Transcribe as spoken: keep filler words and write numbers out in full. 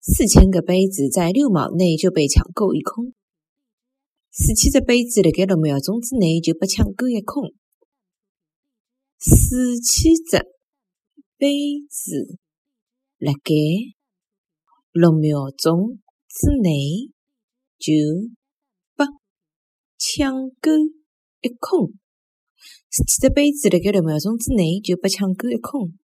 四千个杯子在六秒内就被抢购一空。四千只杯子辣盖六秒钟之内就被抢购一空。四千只杯子辣盖六秒钟之内就被抢购一空。四千只杯子辣盖六秒钟之内就被抢购一空。